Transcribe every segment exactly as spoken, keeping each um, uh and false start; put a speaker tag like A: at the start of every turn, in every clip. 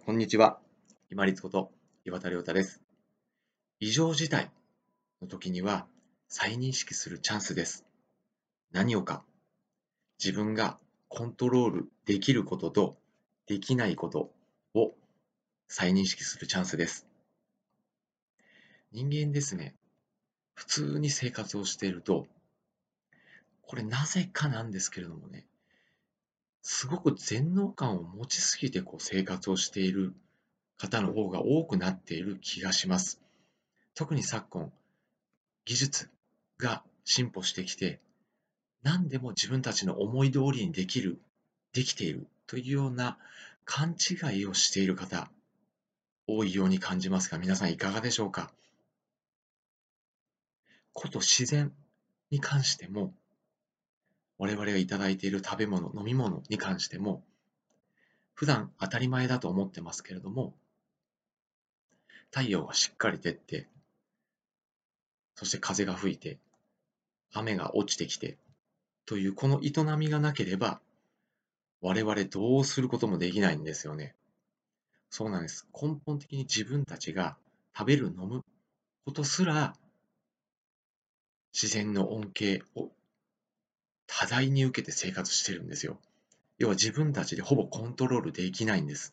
A: こんにちは。今立こと岩田亮太です。異常事態の時には再認識するチャンスです。何をか、自分がコントロールできることとできないことを再認識するチャンスです。人間ですね、普通に生活をしていると、これなぜかなんですけれどもね、すごく全能感を持ちすぎてこう生活をしている方の方が多くなっている気がします。特に昨今、技術が進歩してきて、何でも自分たちの思い通りにできる、できているというような勘違いをしている方、多いように感じますが、皆さんいかがでしょうか。こと自然に関しても、我々がいただいている食べ物、飲み物に関しても、普段当たり前だと思ってますけれども、太陽がしっかり出て、そして風が吹いて、雨が落ちてきて、というこの営みがなければ、我々どうすることもできないんですよね。そうなんです。根本的に自分たちが食べる、飲むことすら、自然の恩恵を多大に受けて生活してるんですよ。要は自分たちでほぼコントロールできないんです。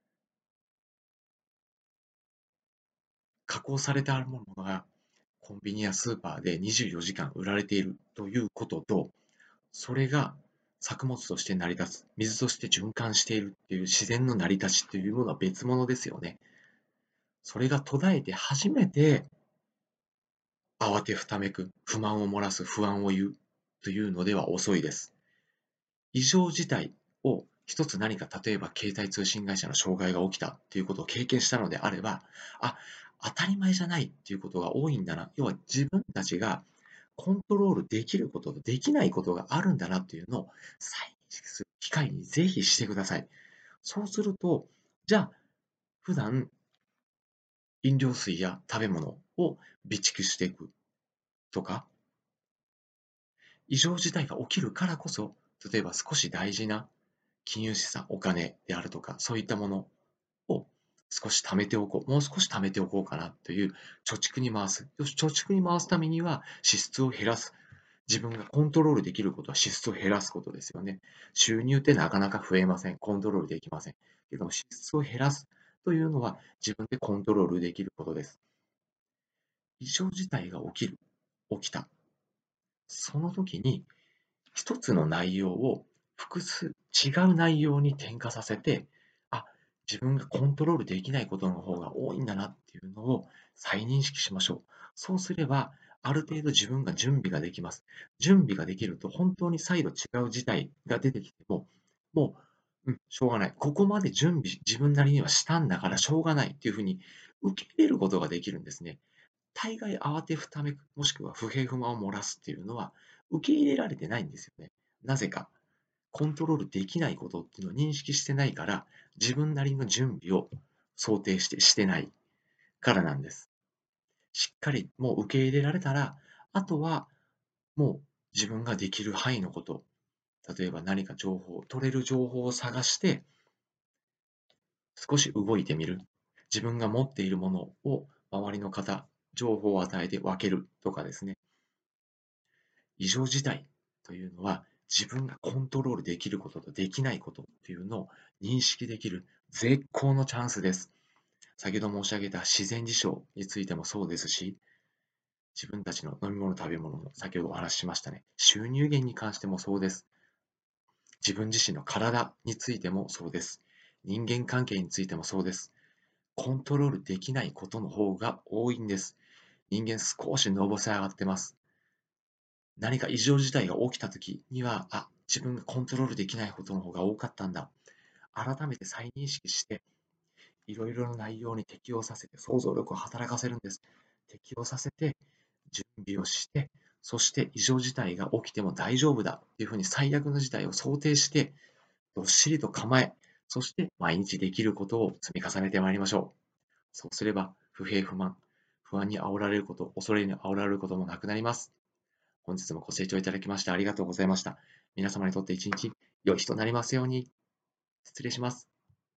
A: 加工されたものがコンビニやスーパーでにじゅうよじかん売られているということと、それが作物として成り立つ、水として循環しているっていう自然の成り立ちというものは別物ですよね。それが途絶えて初めて慌てふためく、不満を漏らす、不安を言うというのでは遅いです。異常事態を一つ何か例えば携帯通信会社の障害が起きたということを経験したのであれば、あ、当たり前じゃないっていうことが多いんだな。要は自分たちがコントロールできることとできないことがあるんだなっていうのを再認識する機会にぜひしてください。そうすると、じゃあ普段飲料水や食べ物を備蓄していくとか、異常事態が起きるからこそ、例えば少し大事な金融資産、お金であるとか、そういったものを少し貯めておこう、もう少し貯めておこうかなという貯蓄に回す。貯蓄に回すためには支出を減らす。自分がコントロールできることは支出を減らすことですよね。収入ってなかなか増えません。コントロールできません。けども支出を減らすというのは自分でコントロールできることです。異常事態が起きる、起きた。その時に一つの内容を複数違う内容に転化させて、あ、自分がコントロールできないことの方が多いんだなっていうのを再認識しましょう。そうすれば、ある程度自分が準備ができます。準備ができると本当に再度違う事態が出てきても、もう、うん、しょうがない。ここまで準備、自分なりにはしたんだからしょうがないっていうふうに受け入れることができるんですね。大概慌てふためく、もしくは不平不満を漏らすっていうのは、受け入れられてないんですよね。なぜか、コントロールできないことっていうのを認識してないから、自分なりの準備を想定してしてないからなんです。しっかりもう受け入れられたら、あとはもう自分ができる範囲のこと、例えば何か情報、取れる情報を探して、少し動いてみる。自分が持っているものを周りの方、情報を与えて分けるとかですね。異常事態というのは自分がコントロールできることとできないことっていうのを認識できる絶好のチャンスです。先ほど申し上げた自然事象についてもそうですし、自分たちの飲み物、食べ物も先ほどお話ししましたね。収入源に関してもそうです。自分自身の体についてもそうです。人間関係についてもそうです。コントロールできないことの方が多いんです。人間少しのぼせ上がってます。何か異常事態が起きたときには、あ、自分がコントロールできないことの方が多かったんだ。改めて再認識して、いろいろな内容に適応させて、想像力を働かせるんです。適応させて、準備をして、そして異常事態が起きても大丈夫だっていうふうに最悪の事態を想定して、どっしりと構え、そして毎日できることを積み重ねてまいりましょう。そうすれば、不平不満、不安に煽られること、恐れに煽られることもなくなります。本日もご清聴いただきましてありがとうございました。皆様にとって一日良い日となりますように。失礼します。